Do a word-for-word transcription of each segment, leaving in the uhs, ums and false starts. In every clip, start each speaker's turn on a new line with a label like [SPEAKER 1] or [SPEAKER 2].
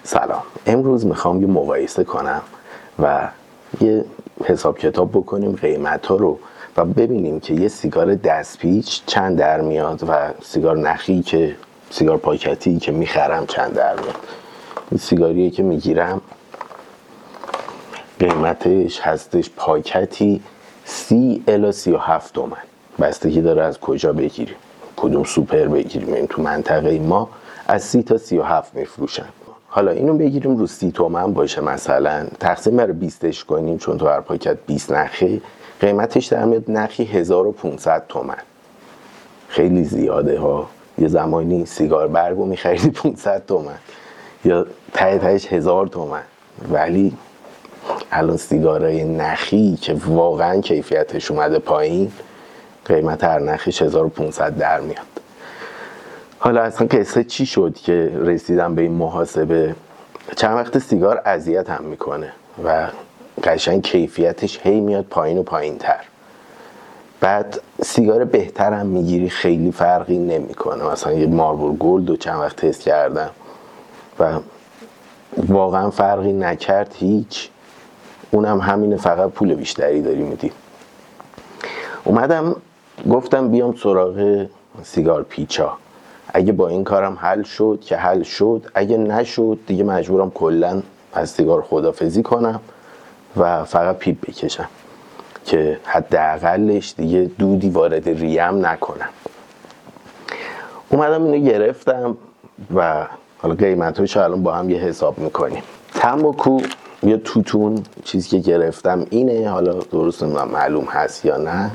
[SPEAKER 1] سلام. امروز میخوام یه مقایسه کنم و یه حساب کتاب بکنیم قیمت ها رو و ببینیم که یه سیگار دستپیچ چند در میاد و سیگار نخی که سیگار پاکتی که میخرم چند در میاد. این سیگاریه که میگیرم قیمتش هستش پاکتی سی الی سی و هفت تومن، بستگی داره از کجا بگیریم، کدوم سوپر بگیریم. این تو منطقه ما از سی تا سی و هفت میفروشن. حالا اینو بگیریم رو سی تومن باشه، مثلا تقسیم بر بیستش کنیم، چون تو هر پاکت بیست نخی، قیمتش در میاد نخی هزار و پانصد تومن. خیلی زیاده ها. یه زمانی سیگار برگو میخریدی پانصد تومن یا ته تهش هزار تومن، ولی الان سیگارای نخی که واقعا کیفیتش اومده پایین قیمت هر نخیش هزار و پانصد در میاد. حالا اصلا قصه چی شد که رسیدم به این محاسبه؟ چند وقت سیگار اذیت هم میکنه و قشنگ کیفیتش هی میاد پایین و پایین تر. بعد سیگار بهتر هم میگیری خیلی فرقی نمیکنه. مثلا یه مارلبورو گلد رو چند وقت تست کردم و واقعا فرقی نکرد هیچ. اونم همینه، فقط پول بیشتری داری میدی. اومدم گفتم بیام سراغ سیگار پیچا. اگه با این کارم حل شد که حل شد، اگه نشد دیگه مجبورم کلا از سیگار خدافزی کنم و فقط پیپ بکشم که حداقلش دیگه دودی وارد ریم نکنم. اومدم اینو گرفتم و حالا قیمتش الان با هم یه حساب میکنیم. تنباکو یا توتون چیزی که گرفتم اینه. حالا درست نمیدونم معلوم هست یا نه،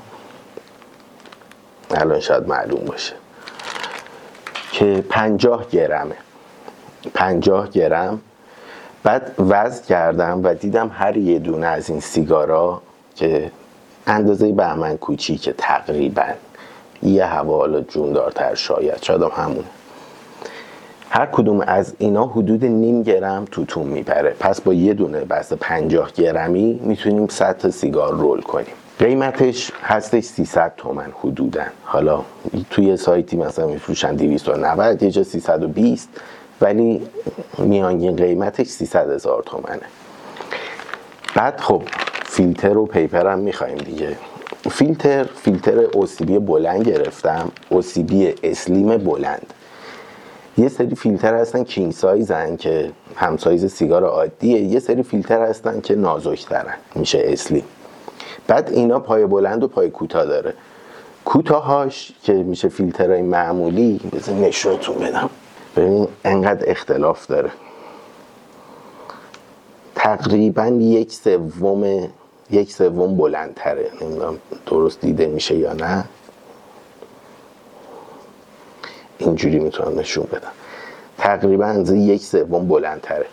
[SPEAKER 1] الان شاید معلوم باشه که پنجاه گرمه. پنجاه گرم. بعد وزن کردم و دیدم هر یه دونه از این سیگارا که اندازه بهمن کوچیکه، تقریبا یه هوا حالا جوندارتر، شاید شاید هم همونه، هر کدوم از اینا حدود نیم گرم توتون میبره. پس با یه دونه بسته پنجاه گرمی میتونیم صد تا سیگار رول کنیم. قیمتش هستش سیصد تومن حدوداً. حالا توی سایتی مثلا میفروشن دویست و نود، یه جا سیصد و بیست، ولی میانگین قیمتش سیصد هزار تومنه. بعد خب فیلتر و پیپر هم میخوایم دیگه. فیلتر فیلتر او سی بی بلند گرفتم، او سی بی اسلیم بلند. یه سری فیلتر هستن کینگ سایزن که هم سایز سیگار عادیه، یه سری فیلتر هستن که نازک‌ترن، میشه اسلیم. بعد اینا پای بلند و پای کوتاه داره. کوتاهاش که میشه فیلترهای معمولی، بذار نشونتون بدم ببین انقدر اختلاف داره. تقریبا یک سوم یک سوم بلندتره. نمیدونم درست دیده میشه یا نه. اینجوری میتونم نشون بدم. تقریبا از یک سوم بلندتره.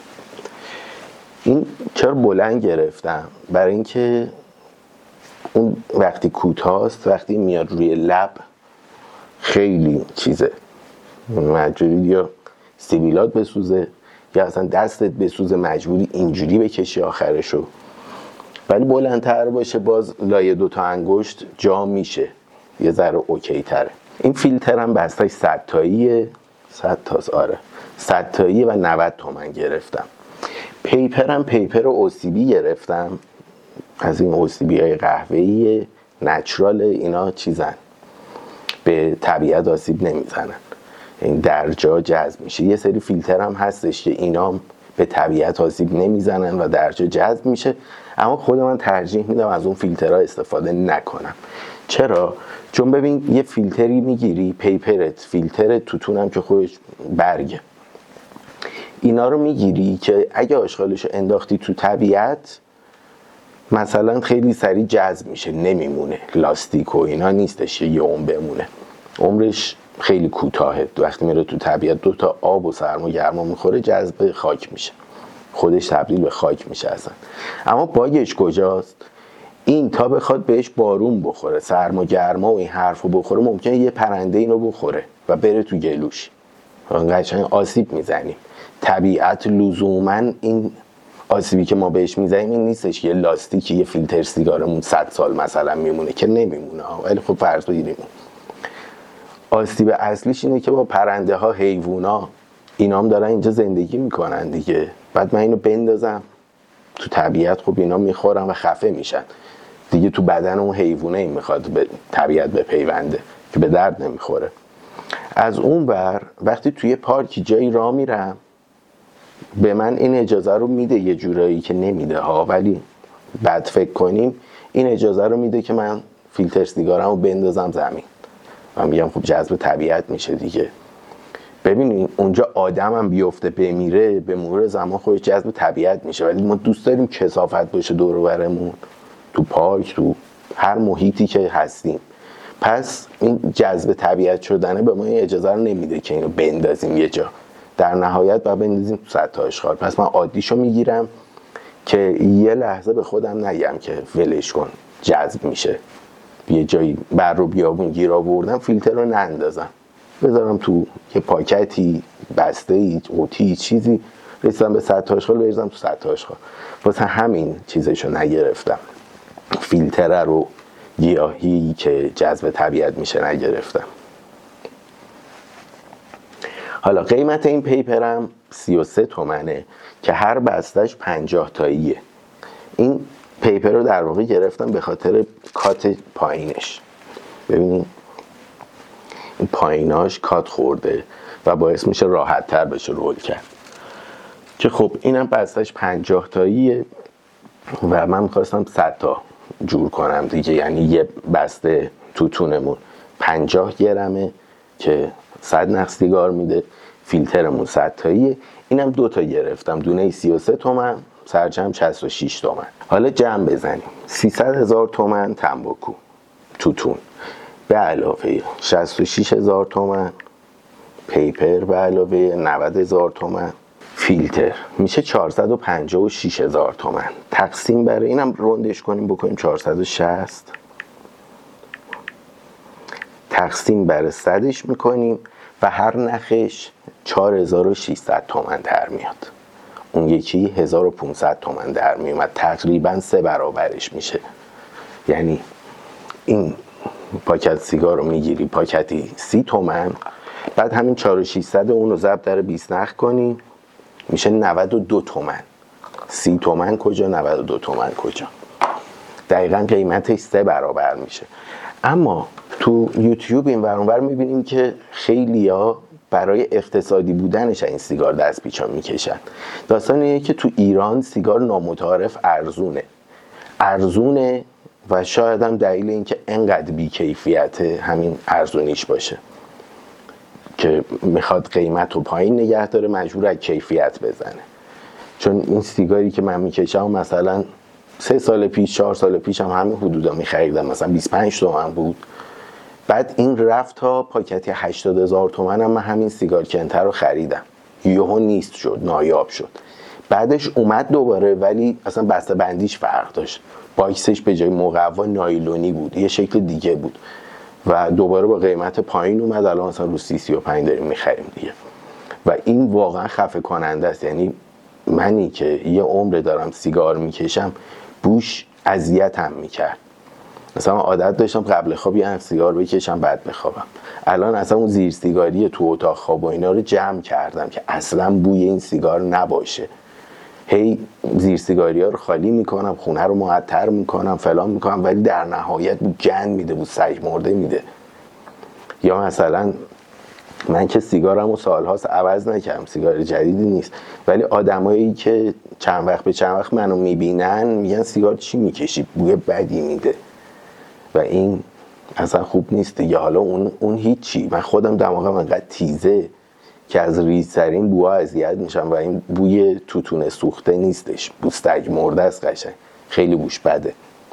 [SPEAKER 1] این چرا بلند گرفتم؟ برای اینکه اون وقتی کوتاست، وقتی میاد روی لب خیلی چیزه، مجبوری یا سیبیلات بسوزه یا اصلا دستت بسوزه، مجبوری اینجوری بکشی آخرشو. ولی بلندتر باشه باز لایه دوتا انگشت جا میشه، یه ذره اوکی تره. این فیلتر هم بستش صد تاییه، صد تاست، آره صد تاییه و نود تومن گرفتم. پیپر هم پیپر او سی بی گرفتم، از این او سی بی های قهوه‌ای نچرال. اینا چیزن، به طبیعت آسیب نمیزنن، این در جا جذب میشه. یه سری فیلتر هم هستش که اینا به طبیعت آسیب نمیزنن و در جا جذب میشه، اما خود من ترجیح میدم از اون فیلترها استفاده نکنم. چرا؟ چون ببین یه فیلتری میگیری، پیپرت، فیلتر توتونم که خودش برگه، اینا رو میگیری که اگه آشغالشو انداختی تو طبیعت مثلا خیلی سریع جذب میشه، نمیمونه. لاستیک و اینا نیستش یه عمر بمونه، عمرش خیلی کوتاهه. وقتی میره تو طبیعت دو تا آب و سرما گرما میخوره، جذب خاک میشه، خودش تبدیل به خاک میشه اصلا. اما باگش کجاست؟ این تا بخواد بهش بارون بخوره، سرما گرما و این حرفو بخوره، ممکنه یه پرنده اینو بخوره و بره تو گلوش، قشنگ آسیب میزنیم. طبیعت لزوما این آسیبی که ما بهش میزنیم این نیستش که یه لاستیکی، یه فیلتر سیگارمون صد سال مثلا میمونه، که نمیمونه، ولی خب فرض بگیریم آسیب اصلیش اینه که با پرنده ها، حیوونا، اینا هم دارن اینجا زندگی میکنن دیگه. بعد من اینو بندازم تو طبیعت، خب اینا میخورن و خفه میشن دیگه. تو بدن اون حیوانه این میخواد به طبیعت بپیونده که به درد نمیخوره. از اون ور وقتی توی پارکی جایی راه میرم، به من این اجازه رو میده یه جورایی که نمیده ها، ولی بعد فکر کنیم این اجازه رو میده که من فیلتر سیگارم رو بندازم زمین. من میگم خب جذب طبیعت میشه دیگه. ببینیم اونجا آدم هم بیفته بمیره، به مرور زمان خودش جذب طبیعت میشه، ولی ما دوست داریم کثافت باشه دور و برمون، تو پارک، تو هر محیطی که هستیم. پس این جذب طبیعت شدنه به ما این اجازه رو نمیده که اینو بندازیم یه جا، در نهایت باید بندازیم تو سطح آشغال. پس من عادیشو میگیرم که یه لحظه به خودم نگم که ولش کن جذب میشه، یه جایی بر رو بیابون گیر آوردم فیلتر رو نندازم، بذارم تو یه پاکتی، بسته‌ای، قوطی، چیزی، رسیدم به سطح آشغال بریزم تو سطح آشغال. واسه همین چیزشو نگرفتم، فیلتر رو گیاهی که جذب طبیعت میشه نگرفتم. حالا قیمت این پیپرم سی و سه تومنه که هر بستش پنجاه تاییه. این پیپر رو در واقع گرفتم به خاطر کات پایینش. ببینید این پاییناش کات خورده و باعث میشه راحت تر بشه رول کرد، که خب اینم بستش پنجاه تاییه و من میخواستم صد تا جور کنم دیگه، یعنی یه بسته توتونمون پنجاه گرمه که صد نخ سیگار میده، فیلترمون صد تاییه. اینم دو تا گرفتم، دونه سی و سه تومن، سرجم شصت و شش تومن. حالا جمع بزنیم، سیصد هزار تومن تنباکو توتون به علاوه شصت و شش هزار تومن پیپر به علاوه نود هزار تومن فیلتر، میشه چهارصد و پنجاه و شش هزار تومن. تقسیم بر اینم روندش کنیم بکنیم چهارصد و شصت تقسیم بر صدش میکنیم و هر نخش چهار هزار و ششصد تومن در میاد. اون یکی هزار و پانصد تومن در میومد، تقریبا سه برابرش میشه. یعنی این پاکت سیگار رو میگیری پاکتی سی تومن، بعد همین چهار هزار و ششصد اون رو ضرب در بیست نخ کنی میشه نود و دو تومن. سی تومن کجا، نود و دو تومن کجا؟ دقیقا قیمتش سه برابر میشه. اما تو یوتیوب این ور اون ور میبینیم که خیلیا برای اقتصادی بودنش این سیگار دست پیچان میکشن. داستان اینه که تو ایران سیگار نامتعارف ارزونه ارزونه و شاید هم دلیل این که انقدر بیکیفیته همین ارزونیش باشه که میخواد قیمت رو پایین نگه داره، مجبور از کیفیت بزنه. چون این سیگاری که من میکشم مثلا سه سال پیش چهار سال پیش هم همین حدودا میخریدم، مثلا بیست و پنج تومن بود. بعد این رفت تا پاکتی هشتاد هزار تومن هم من همین سیگار کنتر رو خریدم، یهو نیست شد، نایاب شد. بعدش اومد دوباره ولی اصلا بسته بندیش فرق داشت، باکسش به جای مقوا نایلونی بود، یه شکل دیگه بود و دوباره با قیمت پایین اومد. الان مثلا رو سی سی و پنج داریم میخریم دیگه و این واقعا خفه کننده است. یعنی منی که یه عمر دارم سیگار میکشم بوش اذیتم میکرد. مثلا عادت داشتم قبل خواب یه سیگار بکشم بعد بخوابم. الان اصلا اون زیر سیگاری تو اتاق خواب و اینا رو جمع کردم که اصلا بوی این سیگار نباشه. هی زیر سیگاری ها رو خالی میکنم، خونه رو معطر میکنم، فلان میکنم، ولی در نهایت بود جن میده، بود سگ مرده میده. یا مثلا من که سیگارم رو سالهاست عوض نکردم، سیگار جدیدی نیست، ولی آدمایی که چند وقت به چند وقت منو میبینن میگن سیگار چی میکشی، بوی بدی میده و این اصلا خوب نیست دیگه. حالا اون اون هیچی، من خودم دماغم انقدر تیزه که از ریزترین بوها اذیت میشم و این بوی توتون سوخته نیستش، بو سگ مرده است، قشنگ خیلی بوش بده.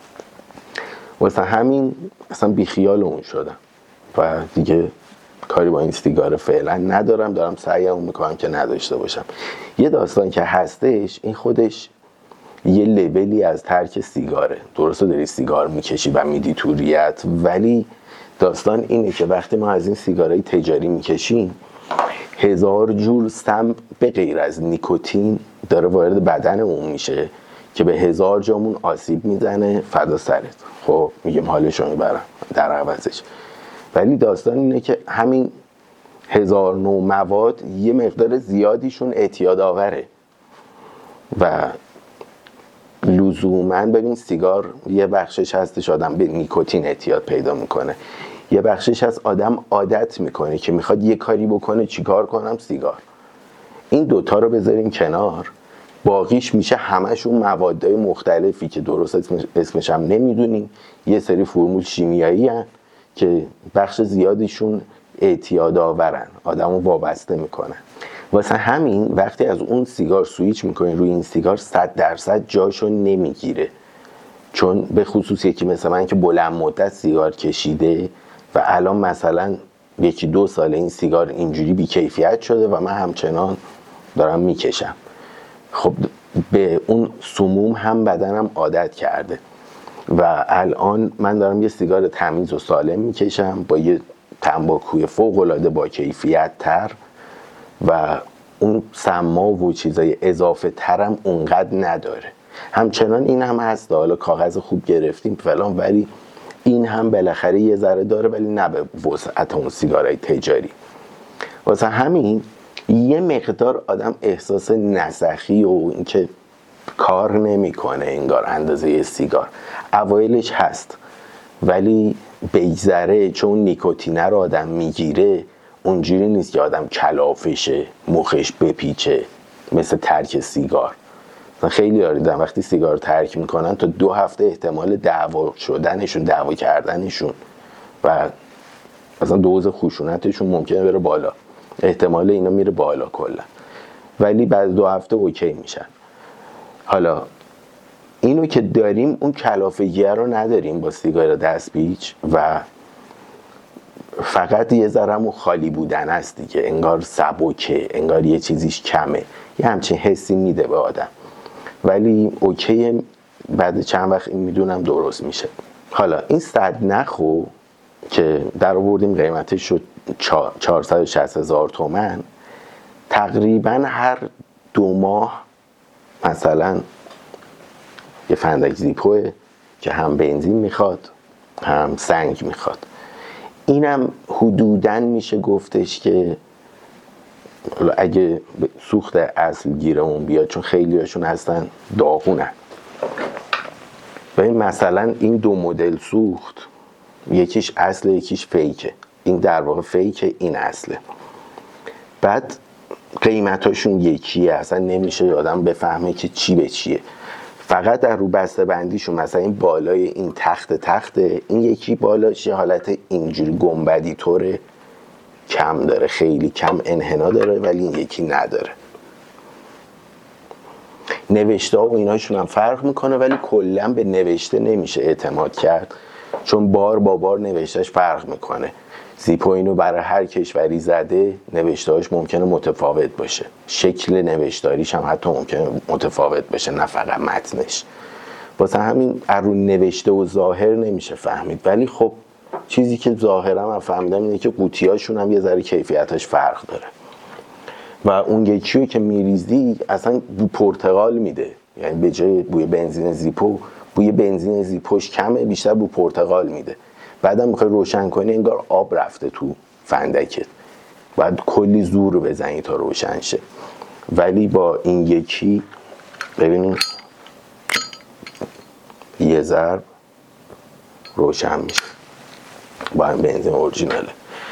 [SPEAKER 1] واسه همین اصلا بیخیال اون شدم و دیگه کاری با این سیگار فعلا ندارم، دارم سعیم میکنم که نداشته باشم. یه داستان که هستش، این خودش یه لولی از ترک سیگاره. درسته داری سیگار میکشی و میدی تو ریت، ولی داستان اینه که وقتی ما از این سیگارهای تجاری میکشیم هزار جور سم به غیر از نیکوتین داره وارد بدن اون میشه که به هزار جامون آسیب میزنه. فدا سرت، خب میگم حالشو میبرم در عوضش. ولی داستان اینه که همین هزار نوع مواد یه مقدار زیادیشون اعتیاد آوره و لزوما ببین سیگار یه بخشش هستش آدم به نیکوتین اعتیاد پیدا میکنه، یه بخشش هست آدم عادت میکنه که میخواد یه کاری بکنه، چیکار کنم؟ سیگار. این دوتا رو بذاریم کنار، باقیش میشه همشون موادهای مختلفی که درست اسمش, اسمش هم نمیدونیم، یه سری فرمول شیمیایی هن که بخش زیادیشون اعتیاد آورن، آدمو وابسته میکنن. واسه همین وقتی از اون سیگار سویچ میکنین روی این سیگار صد درصد جاشو نمیگیره، چون به خصوص یکی مثل من که بلند مدت سیگار کشیده و الان مثلا یکی دو سال این سیگار اینجوری بیکیفیت شده و من همچنان دارم میکشم، خب به اون سموم هم بدنم عادت کرده و الان من دارم یه سیگار تمیز و سالم میکشم با یه تنباکوی فوق‌العاده با کیفیت تر و اون سما و چیزای اضافه ترم اونقدر نداره. همچنان این هم هست، حالا کاغذ خوب گرفتیم فلان، ولی این هم بالاخره یه ذره داره، ولی نه به وسعت اون سیگارای تجاری. واسه همین یه مقدار آدم احساس نسخی و اینکه کار نمیکنه انگار اندازه یه سیگار اوایلش هست، ولی بگذره چون نیکوتینه رو آدم میگیره اونجوری نیست که آدم کلافشه مخش بپیچه مثل ترک سیگار. خیلی آریدن وقتی سیگار ترک میکنن تا دو هفته احتمال دعوا شدنشون، دعوا کردنشون و مثلا دوز خشونتشون ممکنه بره بالا، احتمال اینا میره بالا کلا، ولی بعد دو هفته اوکی میشن. حالا اینو که داریم اون کلافگی رو نداریم با سیگار دستپیچ و فقط یه ذرم خالی بودن است دیگه، انگار سبکه، انگار یه چیزیش کمه، یه همچین حسی میده به آدم، ولی اوکی بعد چند وقت این میدونم درست میشه. حالا این صد نخو که در آوردیم قیمتش شد چهارصد و شصت هزار تومن، تقریبا هر دو ماه مثلا یه فندک زیپوه که هم بنزین میخواد هم سنگ میخواد، اینم حدوداً میشه گفتش که اگه سوخت اصل گیرمون بیاد، چون خیلی هاشون هستن داغونن و این مثلا این دو مدل سوخت یکیش اصل یکیش فیکه، این در واقع فیکه این اصله، بعد قیمتاشون یکیه، اصلا نمیشه آدم بفهمه که چی به چیه، فقط در رو بسته بندیشون مثلا این بالای این تخت تخته، این یکی بالاش یه حالت اینجوری گنبدی طوره کم داره، خیلی کم انحنا داره، ولی این یکی نداره. نوشته ها و ایناشون هم فرق میکنه، ولی کلا به نوشته نمیشه اعتماد کرد، چون بار با بار نوشتهش فرق میکنه. زیپو اینو برای هر کشوری زده، نوشتهاش ممکنه متفاوت باشه، شکل نوشتاریش هم حتی ممکنه متفاوت باشه، نه فقط متنش. واسه همین از رو نوشته و ظاهر نمیشه فهمید، ولی خب چیزی که ظاهرا من فهمیدم اینه که قوطیاشون هم یه ذره کیفیتش فرق داره و اون یکیو که میریزی اصلا بو پرتقال میده، یعنی به جای بوی بنزین زیپو بوی بنزین زیپوش کمه، بیشتر بو پرتقال میده. بعدم میخوای روشن کنی انگار آب رفته تو فندکت، باید کلی زور بزنی تا روشن شه. ولی با این یکی ببینید یه ضرب روشن میشه، با این بنزین اورجیناله.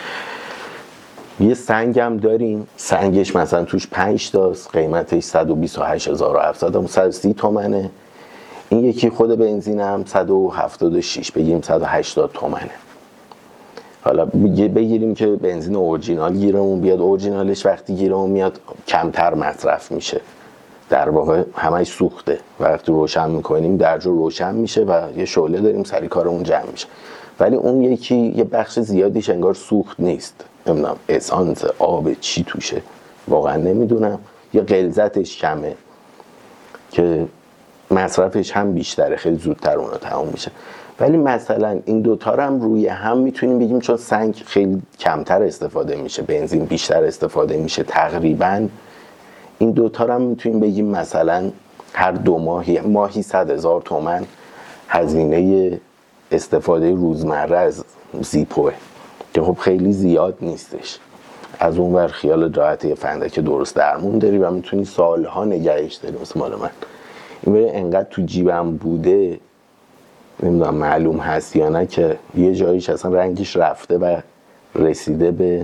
[SPEAKER 1] یه سنگ هم داریم، سنگش مثلا توش پنج تاست، قیمتش صد و بیست و هشت هزار و هفتصد هم صد و سی تومنه. این یکی خود بنزین هم صد و هفتاد و شش، بگیریم صد و هشتاد تومنه. حالا بگیریم که بنزین اورجینال گیرمون بیاد، اورجینالش وقتی گیرمون میاد کمتر مصرف میشه، در واقع همش سوخته، وقتی روشن میکنیم درجا روشن میشه و یه شعله داریم سری کارمون جمع میشه. ولی اون یکی یه بخش زیادیش انگار سوخت نیست، نمیدونم اسانس آب چی توشه واقعا نمیدونم، یه غلظتش کمه که مصرفش هم بیشتره، خیلی زودتر اونا تموم میشه. ولی مثلا این دوتا رو هم روی هم میتونیم بگیم، چون سنگ خیلی کمتر استفاده میشه، بنزین بیشتر استفاده میشه تقریبا، این دوتا رو هم میتونیم بگیم مثلا هر دو ماهی ماهی صد هزار تومن هزینه استفاده روزمره از زیپوه، که خب خیلی زیاد نیستش. از اون ور خیال راحت یه فندک درست درمون داری و میتونی سالها نگهش داری. مثل مال من این بره انقدر تو جیبم بوده، نمیدونم معلوم هست یا نه، که یه جاییش اصلا رنگش رفته و رسیده به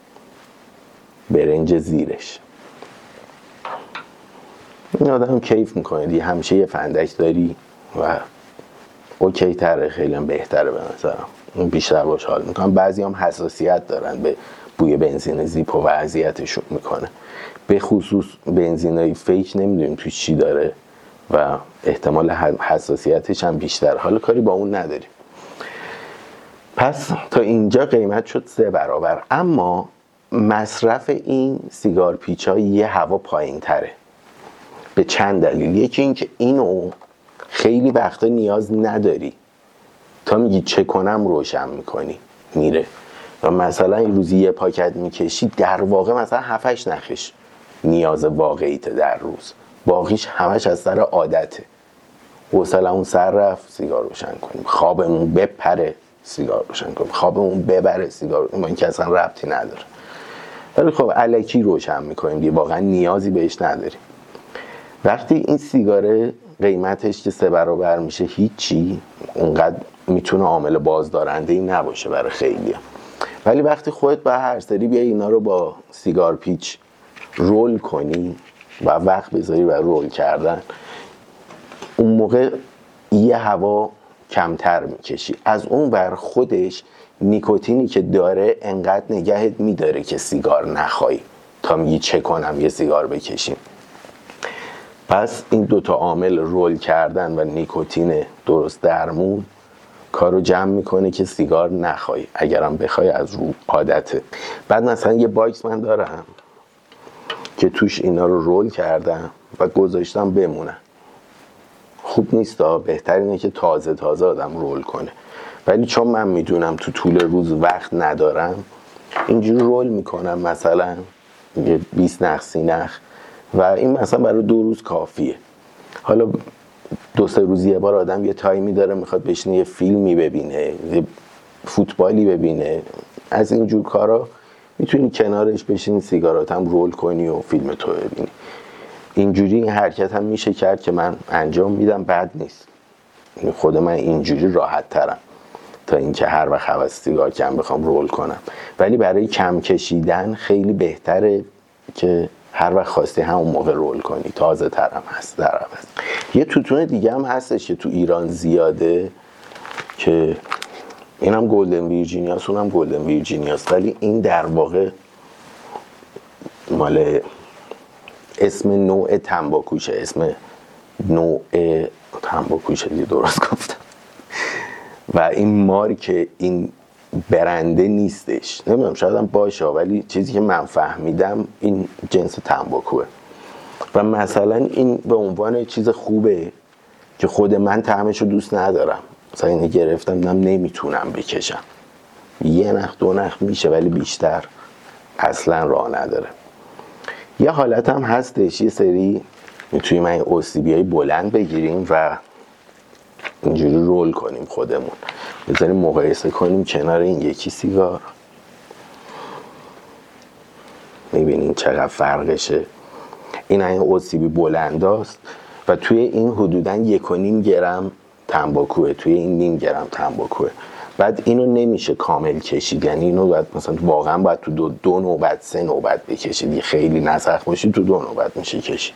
[SPEAKER 1] برنج زیرش. این آدم کیف میکنه دیگه، همیشه یه فندک داری و اوکی تره، خیلی هم بهتره به نظرم، اون بیشتر باش حال میکنم. بعضی هم حساسیت دارن به بوی بنزین زیپو و اذیتشون میکنه، به خصوص بنزینای فیک نمیدونیم تو چی داره و احتمال حساسیتش هم بیشتر، حالا کاری با اون نداریم. پس تا اینجا قیمت شد سه برابر. اما مصرف این سیگار پیچ ها یه هوا پایین تره به چند دلیل. یکی اینکه اینو خیلی وقتا نیاز نداری، تا میگی چه کنم روشن میکنی میره. و مثلا این روزی یه پاکت میکشی، در واقع مثلا هفتش نخش نیاز واقعیت در روز، باقیش همش از سر عادته. حوصله‌مون سر رفت سیگار روشن کنیم، خوابمون بپره سیگار روشن کنیم، خوابمون ببره سیگار، این که اصلا ربطی نداره. ولی خب الکی روشن میکنیم دیگه، واقعا نیازی بهش نداریم. وقتی این سیگاره قیمتش که سه برابر میشه، هیچی اونقدر میتونه عامل بازدارنده ای نباشه برای خیلی. ولی وقتی خودت با هر سری بیای اینا رو با سیگار پیچ رول کنی و وقت بذاری برای رول کردن، اون موقع یه هوا کمتر میکشی. از اون بر خودش نیکوتینی که داره انقدر نگهت میداره که سیگار نخوای تا میگی چه کنم یه سیگار بکشیم. پس این دوتا عامل رول کردن و نیکوتین درست درمون کارو جمع میکنه که سیگار نخوای، اگرم بخوای از رو عادته. بعد مثلا یه باکس من دارم که توش اینا رو رول کردم و گذاشتم بمونن. خوب نیست ها، بهتر اینه که تازه تازه آدم رول کنه. ولی چون من میدونم تو طول روز وقت ندارم، اینجوری رول میکنم مثلا یه بیست نخ سی نخ و این مثلا برای دو روز کافیه. حالا دو سه روز یه بار آدم یه تایمی داره میخواد بشینه یه فیلمی ببینه، یه فوتبالی ببینه، از اینجور کارا میتونی کنارش بشینی سیگارات هم رول کنی و فیلم تو ببینی. اینجوری این حرکت هم میشه کرد که من انجام میدم، بد نیست. خود من اینجوری راحت ترم تا اینکه هر وقت هوس سیگار کم بخوام رول کنم. ولی برای کم کشیدن خیلی بهتره که هر وقت خواستی همون موقع رول کنی، تازه ترم هست در عوض. یه توتون دیگه هم هستش که تو ایران زیاده که اینم گلدن ویرجینیاست، اونم گلدن ویرجینیاست، ولی این در واقع مال اسم نوع تنباکوشه، اسم نوع تنباکوشه دیگه، درست گفتم. و این مارک این برنده نیستش، نمیدونم شاید هم باشه، ولی چیزی که من فهمیدم این جنس تنباکوه و مثلا این به عنوان چیز خوبه که خود من طعمشو دوست ندارم، مثلا اینو گرفتم دیدم نمیتونم بکشم، یه نخ دو نخ میشه ولی بیشتر اصلا راه نداره. یه حالت هم هستش یه سری میتونیم این اوسیبی های بلند بگیریم و اینجوری رول کنیم خودمون، بذاریم مقایسه کنیم کنار این یکی سیگار، میبینین چقدر فرقشه. این این اوسیبی بلند است و توی این حدوداً یک و نیم گرم تنباکوه، توی این نیم گرم تنباکوه. بعد اینو نمیشه کامل کشید، یعنی اینو باید مثلا واقعا باید تو دو, دو نوبت سه نوبت بکشید، خیلی نسخ باشید تو دو نوبت میشه کشید.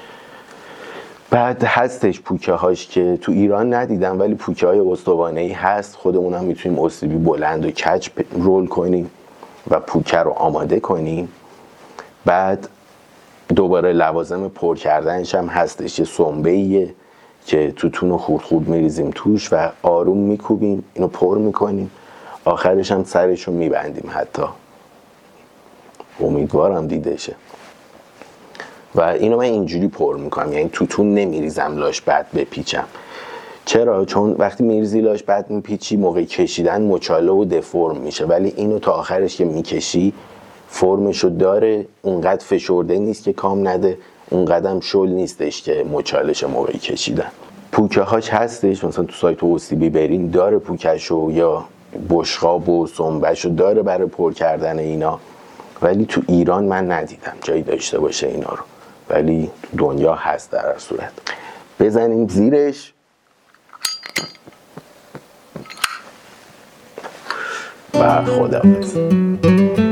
[SPEAKER 1] بعد هستش پوکه هاش که تو ایران ندیدم ولی پوکه های استوانه‌ای هست، خودمون هم میتونیم اوسیبی بلند و کج رول کنیم و پوکه رو آماده کنیم. بعد دوباره لوازم پر کردنش هم هستش، یه سنبه‌ایه که توتون رو خورد خورد میریزیم توش و آروم میکوبیم، اینو پر میکنیم، آخرش هم سرش رو میبندیم، حتی امیدوارم دیده شه. و اینو من اینجوری پر میکنم، یعنی توتون نمیریزم لاش بعد بپیچم. چرا؟ چون وقتی میریزی لاش بعد میپیچی، موقع کشیدن مچاله و دفرم میشه، ولی اینو تا آخرش که میکشی فرمشو داره، اونقدر فشرده نیست که کام نده، اونقدر شل نیستش که مچالش موقعی کشیدن. پوکه هاش هستش، مثلا تو سایت اوسیبی برین داره پوکشو، یا بشقاب و سنبشو داره برای پر کردن اینا ولی تو ایران من ندیدم جایی داشته باشه اینا رو، ولی تو دنیا هست در هر صورت. بزنیم زیرش و خداحافظ.